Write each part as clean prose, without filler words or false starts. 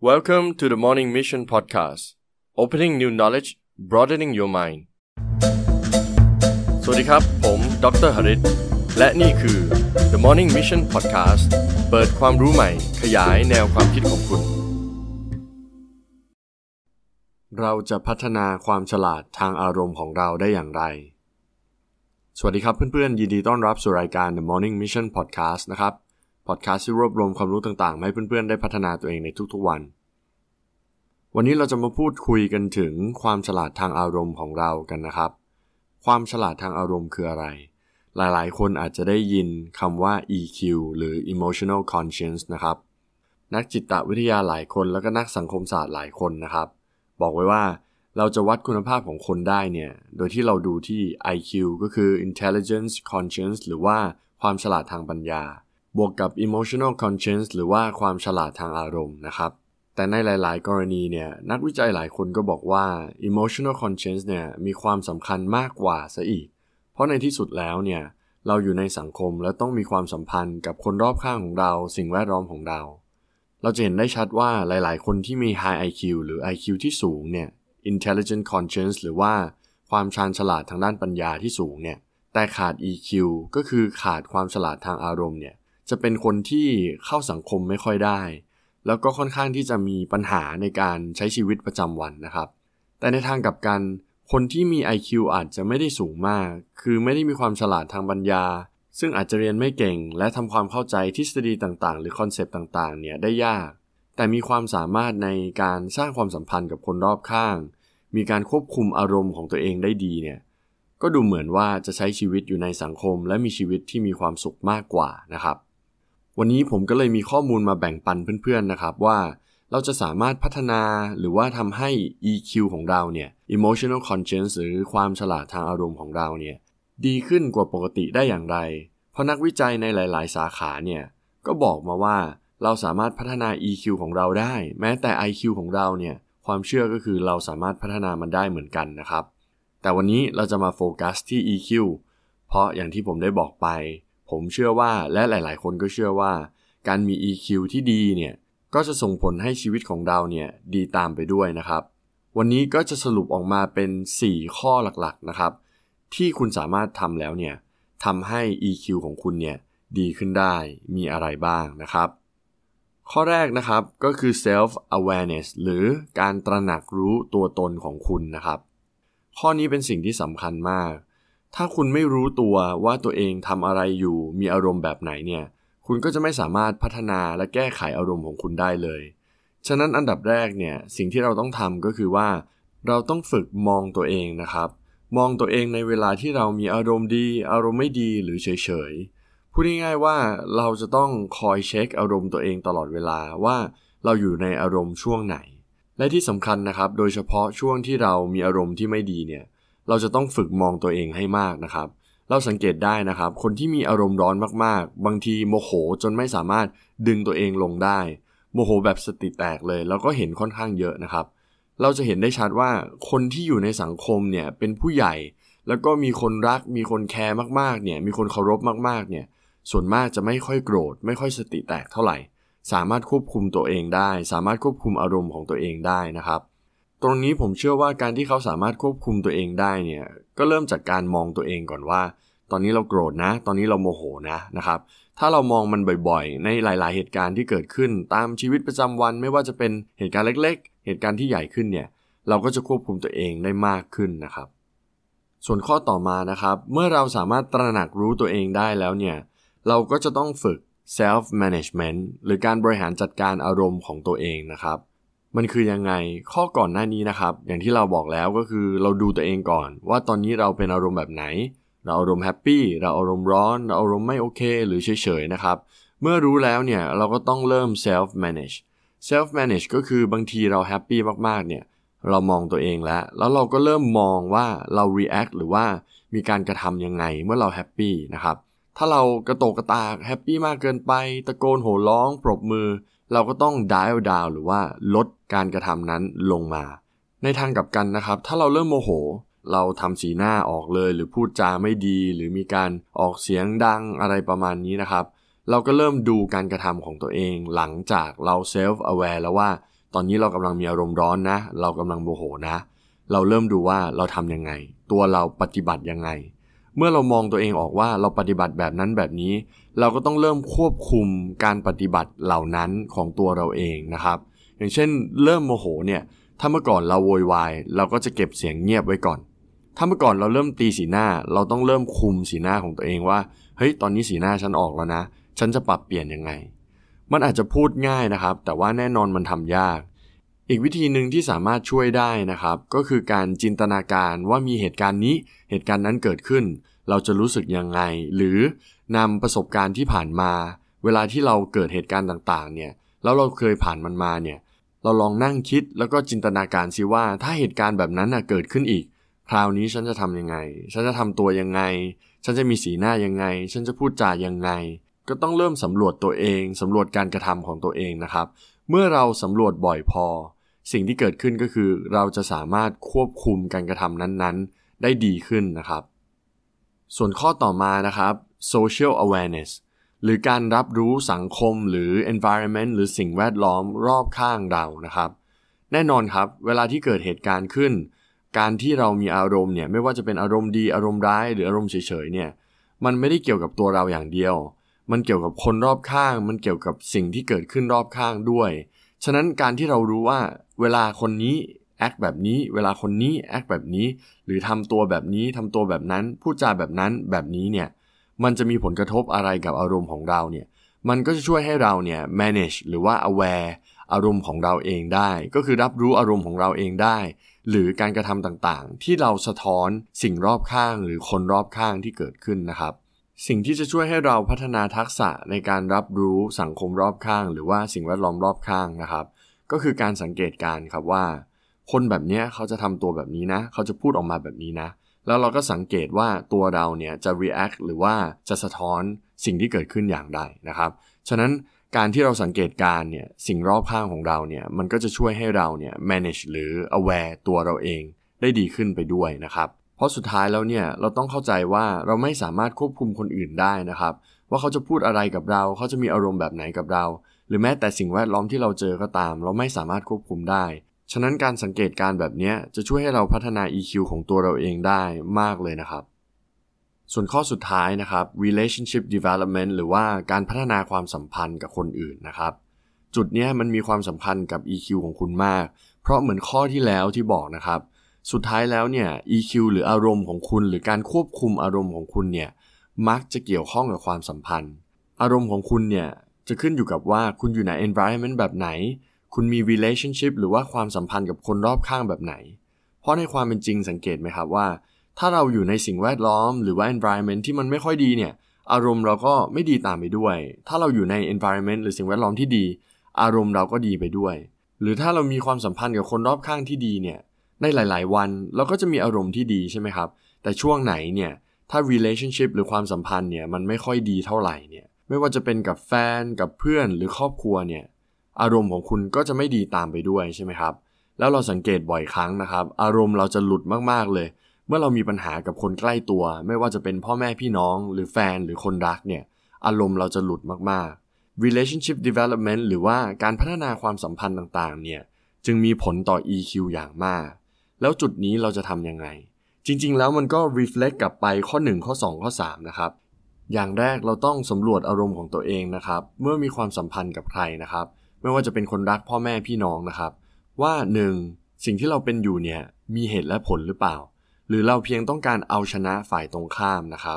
Welcome to the Morning Mission Podcast. Opening new knowledge, broadening your mind. สวัสดีครับผมดร.หริตและนี่คือ The Morning Mission Podcast เปิดความรู้ใหม่ขยายแนวความคิดของคุณเราจะพัฒนาความฉลาดทางอารมณ์ของเราได้อย่างไรสวัสดีครับเพื่อนๆยินดีต้อนรับสู่รายการ The Morning Mission Podcast นะครับพอดแคสต์ที่รวบรวมความรู้ต่างๆให้เพื่อนๆได้พัฒนาตัวเองในทุกๆวันนี้เราจะมาพูดคุยกันถึงความฉลาดทางอารมณ์ของเรากันนะครับความฉลาดทางอารมณ์คืออะไรหลายๆคนอาจจะได้ยินคำว่า EQ หรือ Emotional Conscience นะครับนักจิตวิทยาหลายคนแล้วก็นักสังคมศาสตร์หลายคนนะครับบอกไว้ว่าเราจะวัดคุณภาพของคนได้เนี่ยโดยที่เราดูที่ IQ ก็คือ Intelligence Conscience หรือว่าความฉลาดทางปัญญาบวกกับ Emotional Conscience หรือว่าความฉลาดทางอารมณ์นะครับแต่ในหลายๆกรณีเนี่ยนักวิจัยหลายคนก็บอกว่า Emotional Conscience เนี่ยมีความสำคัญมากกว่าซะอีกเพราะในที่สุดแล้วเนี่ยเราอยู่ในสังคมและต้องมีความสัมพันธ์กับคนรอบข้างของเราสิ่งแวดล้อมของเราจะเห็นได้ชัดว่าหลายๆคนที่มี High IQ หรือ IQ ที่สูงเนี่ย Intelligent Conscience หรือว่าความชาญฉลาดทางด้านปัญญาที่สูงเนี่ยแต่ขาด EQ ก็คือขาดความฉลาดทางอารมณ์เนี่ยจะเป็นคนที่เข้าสังคมไม่ค่อยได้แล้วก็ค่อนข้างที่จะมีปัญหาในการใช้ชีวิตประจำวันนะครับแต่ในทางกลับกันคนที่มี IQ อาจจะไม่ได้สูงมากคือไม่ได้มีความฉลาดทางปัญญาซึ่งอาจจะเรียนไม่เก่งและทำความเข้าใจทฤษฎีต่างๆหรือคอนเซปต์ต่างๆเนี่ยได้ยากแต่มีความสามารถในการสร้างความสัมพันธ์กับคนรอบข้างมีการควบคุมอารมณ์ของตัวเองได้ดีเนี่ยก็ดูเหมือนว่าจะใช้ชีวิตอยู่ในสังคมและมีชีวิตที่มีความสุขมากกว่านะครับวันนี้ผมก็เลยมีข้อมูลมาแบ่งปันเพื่อนๆนะครับว่าเราจะสามารถพัฒนาหรือว่าทำให้ EQ ของเราเนี่ย Emotional Conscience หรือความฉลาดทางอารมณ์ของเราเนี่ยดีขึ้นกว่าปกติได้อย่างไรเพราะนักวิจัยในหลายๆสาขาเนี่ยก็บอกมาว่าเราสามารถพัฒนา EQ ของเราได้แม้แต่ IQ ของเราเนี่ยความเชื่อก็คือเราสามารถพัฒนามันได้เหมือนกันนะครับแต่วันนี้เราจะมาโฟกัสที่ EQ เพราะอย่างที่ผมได้บอกไปผมเชื่อว่าและหลายๆคนก็เชื่อว่าการมี EQ ที่ดีเนี่ยก็จะส่งผลให้ชีวิตของเราเนี่ยดีตามไปด้วยนะครับวันนี้ก็จะสรุปออกมาเป็น4ข้อหลักๆนะครับที่คุณสามารถทำแล้วเนี่ยทำให้ EQ ของคุณเนี่ยดีขึ้นได้มีอะไรบ้างนะครับข้อแรกนะครับก็คือ self awareness หรือการตระหนักรู้ตัวตนของคุณนะครับข้อนี้เป็นสิ่งที่สำคัญมากถ้าคุณไม่รู้ตัวว่าตัวเองทำอะไรอยู่มีอารมณ์แบบไหนเนี่ยคุณก็จะไม่สามารถพัฒนาและแก้ไขอารมณ์ของคุณได้เลยฉะนั้นอันดับแรกเนี่ยสิ่งที่เราต้องทำก็คือว่าเราต้องฝึกมองตัวเองนะครับมองตัวเองในเวลาที่เรามีอารมณ์ดีอารมณ์ไม่ดีหรือเฉยๆพูดง่ายๆว่าเราจะต้องคอยเช็คอารมณ์ตัวเองตลอดเวลาว่าเราอยู่ในอารมณ์ช่วงไหนและที่สำคัญนะครับโดยเฉพาะช่วงที่เรามีอารมณ์ที่ไม่ดีเนี่ยเราจะต้องฝึกมองตัวเองให้มากนะครับเราสังเกตได้นะครับคนที่มีอารมณ์ร้อนมากๆบางทีโมโหจนไม่สามารถดึงตัวเองลงได้โมโหแบบสติแตกเลยแล้วก็เห็นค่อนข้างเยอะนะครับเราจะเห็นได้ชัดว่าคนที่อยู่ในสังคมเนี่ยเป็นผู้ใหญ่แล้วก็มีคนรักมีคนแคร์มากๆเนี่ยมีคนเคารพมากๆเนี่ยส่วนมากจะไม่ค่อยโกรธไม่ค่อยสติแตกเท่าไหร่สามารถควบคุมตัวเองได้สามารถควบคุมอารมณ์ของตัวเองได้นะครับตรงนี้ผมเชื่อว่าการที่เขาสามารถควบคุมตัวเองได้เนี่ยก็เริ่มจากการมองตัวเองก่อนว่าตอนนี้เราโกรธนะตอนนี้เราโมโหนะครับถ้าเรามองมันบ่อยๆในหลายๆเหตุการณ์ที่เกิดขึ้นตามชีวิตประจำวันไม่ว่าจะเป็นเหตุการณ์เล็กๆเหตุการณ์ที่ใหญ่ขึ้นเนี่ยเราก็จะควบคุมตัวเองได้มากขึ้นนะครับส่วนข้อต่อมานะครับเมื่อเราสามารถตระหนักรู้ตัวเองได้แล้วเนี่ยเราก็จะต้องฝึก self management หรือการบริหารจัดการอารมณ์ของตัวเองนะครับมันคือยังไงข้อก่อนหน้านี้นะครับอย่างที่เราบอกแล้วก็คือเราดูตัวเองก่อนว่าตอนนี้เราเป็นอารมณ์แบบไหนเราอารมณ์แฮปปี้เราอารมณ์ร้อนเราอารมณ์ไม่โอเคหรือเฉยๆนะครับเมื่อรู้แล้วเนี่ยเราก็ต้องเริ่ม self manage ก็คือบางทีเราแฮปปี้มากๆเนี่ยเรามองตัวเองแล้วเราก็เริ่มมองว่าเรา react หรือว่ามีการกระทำยังไงเมื่อเราแฮปปี้นะครับถ้าเรากระโตกกระตากแฮปปี้มากเกินไปตะโกนโห่ร้องปรบมือเราก็ต้อง dial down หรือว่าลดการกระทำนั้นลงมาในทางกลับกันนะครับถ้าเราเริ่มโมโหเราทำสีหน้าออกเลยหรือพูดจาไม่ดีหรือมีการออกเสียงดังอะไรประมาณนี้นะครับเราก็เริ่มดูการกระทำของตัวเองหลังจากเรา self aware แล้วว่าตอนนี้เรากำลังมีอารมณ์ร้อนนะเรากำลังโมโหนะเราเริ่มดูว่าเราทำยังไงตัวเราปฏิบัติยังไงเมื่อเรามองตัวเองออกว่าเราปฏิบัติแบบนั้นแบบนี้เราก็ต้องเริ่มควบคุมการปฏิบัติเหล่านั้นของตัวเราเองนะครับอย่างเช่นเริ่มโมโหเนี่ยถ้าเมื่อก่อนเราโวยวายเราก็จะเก็บเสียงเงียบไว้ก่อนถ้าเมื่อก่อนเราเริ่มตีสีหน้าเราต้องเริ่มคุมสีหน้าของตัวเองว่าเฮ้ยตอนนี้สีหน้าฉันออกแล้วนะฉันจะปรับเปลี่ยนยังไงมันอาจจะพูดง่ายนะครับแต่ว่าแน่นอนมันทำยากอีกวิธีหนึ่งที่สามารถช่วยได้นะครับก็คือการจินตนาการว่ามีเหตุการณ์นี้เหตุการณ์นั้นเกิดขึ้นเราจะรู้สึกยังไงหรือนำประสบการณ์ที่ผ่านมาเวลาที่เราเกิดเหตุการณ์ต่างๆเนี่ยแล้วเราเคยผ่านมันมาเนี่ยเราลองนั่งคิดแล้วก็จินตนาการซิว่าถ้าเหตุการณ์แบบนั้นเกิดขึ้นอีกคราวนี้ฉันจะทำยังไงฉันจะทำตัวยังไงฉันจะมีสีหน้ายังไงฉันจะพูดจายังไงก็ต้องเริ่มสำรวจตัวเองสำรวจการกระทำของตัวเองนะครับเมื่อเราสำรวจบ่อยพอสิ่งที่เกิดขึ้นก็คือเราจะสามารถควบคุมการกระทำนั้นๆได้ดีขึ้นนะครับส่วนข้อต่อมานะครับ social awareness หรือการรับรู้สังคมหรือ environment หรือสิ่งแวดล้อมรอบข้างเรานะครับแน่นอนครับเวลาที่เกิดเหตุการณ์ขึ้นการที่เรามีอารมณ์เนี่ยไม่ว่าจะเป็นอารมณ์ดีอารมณ์ร้ายหรืออารมณ์เฉยๆเนี่ยมันไม่ได้เกี่ยวกับตัวเราอย่างเดียวมันเกี่ยวกับคนรอบข้างมันเกี่ยวกับสิ่งที่เกิดขึ้นรอบข้างด้วยฉะนั้นการที่เรารู้ว่าเวลาคนนี้แอคแบบนี้เวลาคนนี้แอคแบบนี้หรือทำตัวแบบนี้ทำตัวแบบนั้นพูดจาแบบนั้นแบบนี้เนี่ยมันจะมีผลกระทบอะไรกับอารมณ์ของเราเนี่ยมันก็จะช่วยให้เราเนี่ย manage หรือว่า aware อารมณ์ของเราเองได้ก็คือรับรู้อารมณ์ของเราเองได้หรือการกระทำต่างๆที่เราสะท้อนสิ่งรอบข้างหรือคนรอบข้างที่เกิดขึ้นนะครับสิ่งที่จะช่วยให้เราพัฒนาทักษะในการรับรู้สังคมรอบข้างหรือว่าสิ่งแวดล้อมรอบข้างนะครับก็คือการสังเกตการณ์ครับว่าคนแบบนี้เขาจะทำตัวแบบนี้นะเขาจะพูดออกมาแบบนี้นะแล้วเราก็สังเกตว่าตัวเราเนี่ยจะ react หรือว่าจะสะท้อนสิ่งที่เกิดขึ้นอย่างไรนะครับฉะนั้นการที่เราสังเกตการณ์เนี่ยสิ่งรอบข้างของเราเนี่ยมันก็จะช่วยให้เราเนี่ย manage หรือ aware ตัวเราเองได้ดีขึ้นไปด้วยนะครับเพราะสุดท้ายแล้วเนี่ยเราต้องเข้าใจว่าเราไม่สามารถควบคุมคนอื่นได้นะครับว่าเขาจะพูดอะไรกับเราเขาจะมีอารมณ์แบบไหนกับเราหรือแม้แต่สิ่งแวดล้อมที่เราเจอก็ตามเราไม่สามารถควบคุมได้ฉะนั้นการสังเกตการแบบนี้จะช่วยให้เราพัฒนา EQ ของตัวเราเองได้มากเลยนะครับส่วนข้อสุดท้ายนะครับ relationship development หรือว่าการพัฒนาความสัมพันธ์กับคนอื่นนะครับจุดนี้มันมีความสำคัญกับ EQ ของคุณมากเพราะเหมือนข้อที่แล้วที่บอกนะครับสุดท้ายแล้วเนี่ย EQ หรืออารมณ์ของคุณหรือการควบคุมอารมณ์ของคุณเนี่ยมักจะเกี่ยวข้องกับความสัมพันธ์อารมณ์ของคุณเนี่ยจะขึ้นอยู่กับว่าคุณอยู่ใน environment แบบไหนคุณมี relationship หรือว่าความสัมพันธ์กับคนรอบข้างแบบไหนเพราะในความเป็นจริงสังเกตไหมครับว่าถ้าเราอยู่ในสิ่งแวดล้อมหรือว่า environment ที่มันไม่ค่อยดีเนี่ยอารมณ์เราก็ไม่ดีตามไปด้วยถ้าเราอยู่ใน environment หรือสิ่งแวดล้อมที่ดีอารมณ์เราก็ดีไปด้วยหรือถ้าเรามีความสัมพันธ์กับคนรอบข้างที่ดีเนี่ยในหลายๆวันเราก็จะมีอารมณ์ที่ดีใช่ไหมครับแต่ช่วงไหนเนี่ยถ้า relationship หรือความสัมพันธ์เนี่ยมันไม่ค่อยดีเท่าไหร่เนี่ยไม่ว่าจะเป็นกับแฟนกับเพื่อนหรือครอบครัวเนี่ยอารมณ์ของคุณก็จะไม่ดีตามไปด้วยใช่ไหมครับแล้วเราสังเกตบ่อยครั้งนะครับอารมณ์เราจะหลุดมากๆเลยเมื่อเรามีปัญหากับคนใกล้ตัวไม่ว่าจะเป็นพ่อแม่พี่น้องหรือแฟนหรือคนรักเนี่ยอารมณ์เราจะหลุดมากๆ relationship development หรือว่าการพัฒนาความสัมพันธ์ต่างๆเนี่ยจึงมีผลต่อ EQ อย่างมากแล้วจุดนี้เราจะทำยังไงจริงๆแล้วมันก็ reflect กลับไปข้อ1ข้อ2ข้อ3นะครับอย่างแรกเราต้องสำรวจอารมณ์ของตัวเองนะครับเมื่อมีความสัมพันธ์กับใครนะครับไม่ว่าจะเป็นคนรักพ่อแม่พี่น้องนะครับว่า 1. สิ่งที่เราเป็นอยู่เนี่ยมีเหตุและผลหรือเปล่าหรือเราเพียงต้องการเอาชนะฝ่ายตรงข้ามนะครับ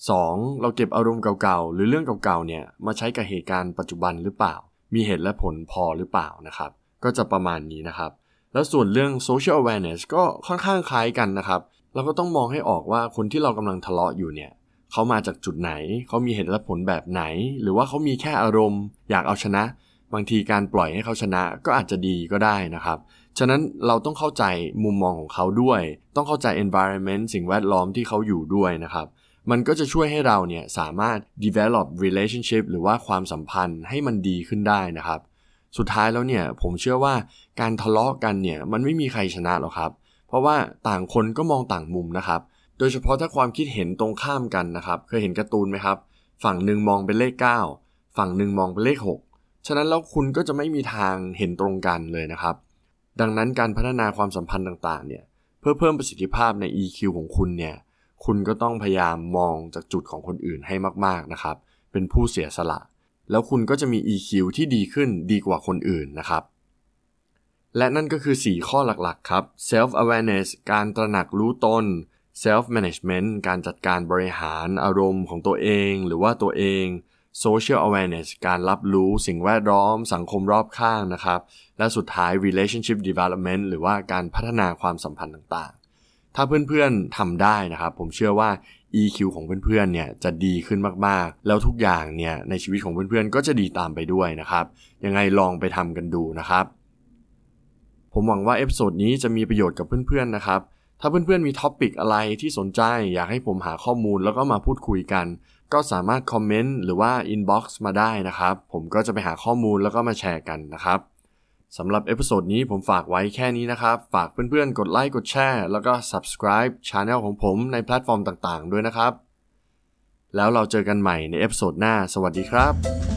2. เราเก็บอารมณ์เก่าๆหรือเรื่องเก่าๆเนี่ยมาใช้กับเหตุการณ์ปัจจุบันหรือเปล่ามีเหตุและผลพอหรือเปล่านะครับก็จะประมาณนี้นะครับแล้วส่วนเรื่อง social awareness ก็ค่อนข้างคล้ายกันนะครับเราก็ต้องมองให้ออกว่าคนที่เรากำลังทะเลาะอยู่เนี่ยเขามาจากจุดไหนเขามีเหตุและผลแบบไหนหรือว่าเขามีแค่อารมณ์อยากเอาชนะบางทีการปล่อยให้เขาชนะก็อาจจะดีก็ได้นะครับฉะนั้นเราต้องเข้าใจมุมมองของเขาด้วยต้องเข้าใจ environment สิ่งแวดล้อมที่เขาอยู่ด้วยนะครับมันก็จะช่วยให้เราเนี่ยสามารถ develop relationship หรือว่าความสัมพันธ์ให้มันดีขึ้นได้นะครับสุดท้ายแล้วเนี่ยผมเชื่อว่าการทะเลาะกันเนี่ยมันไม่มีใครชนะหรอกครับเพราะว่าต่างคนก็มองต่างมุมนะครับโดยเฉพาะถ้าความคิดเห็นตรงข้ามกันนะครับเคยเห็นการ์ตูนไหมครับฝั่งหนึ่งมองเป็นเลข9ฝั่งหนึ่งมองเป็นเลข6 ฉะนั้นแล้วคุณก็จะไม่มีทางเห็นตรงกันเลยนะครับดังนั้นการพัฒนาความสัมพันธ์ต่างๆเนี่ยเพื่อเพิ่มประสิทธิภาพใน EQ ของคุณเนี่ยคุณก็ต้องพยายามมองจากจุดของคนอื่นให้มากๆนะครับเป็นผู้เสียสละแล้วคุณก็จะมี EQ ที่ดีขึ้นดีกว่าคนอื่นนะครับและนั่นก็คือ4ข้อหลักๆครับ self awareness การตระหนักรู้ตน self management การจัดการบริหารอารมณ์ของตัวเองหรือว่าตัวเอง social awareness การรับรู้สิ่งแวดล้อมสังคมรอบข้างนะครับและสุดท้าย relationship development หรือว่าการพัฒนาความสัมพันธ์ต่างๆถ้าเพื่อนๆทำได้นะครับผมเชื่อว่า EQ ของเพื่อนๆเนี่ยจะดีขึ้นมากๆแล้วทุกอย่างเนี่ยในชีวิตของเพื่อนๆก็จะดีตามไปด้วยนะครับยังไงลองไปทำกันดูนะครับผมหวังว่าเอพิโซดนี้จะมีประโยชน์กับเพื่อนๆนะครับถ้าเพื่อนๆมีท็อปิกอะไรที่สนใจอยากให้ผมหาข้อมูลแล้วก็มาพูดคุยกันก็สามารถคอมเมนต์หรือว่าอินบ็อกซ์มาได้นะครับผมก็จะไปหาข้อมูลแล้วก็มาแชร์กันนะครับสำหรับเอพิโซดนี้ผมฝากไว้แค่นี้นะครับฝากเพื่อนๆกดไลค์กดแชร์แล้วก็ Subscribe Channel ของผมในแพลตฟอร์มต่างๆด้วยนะครับแล้วเราเจอกันใหม่ในเอพิโซดหน้าสวัสดีครับ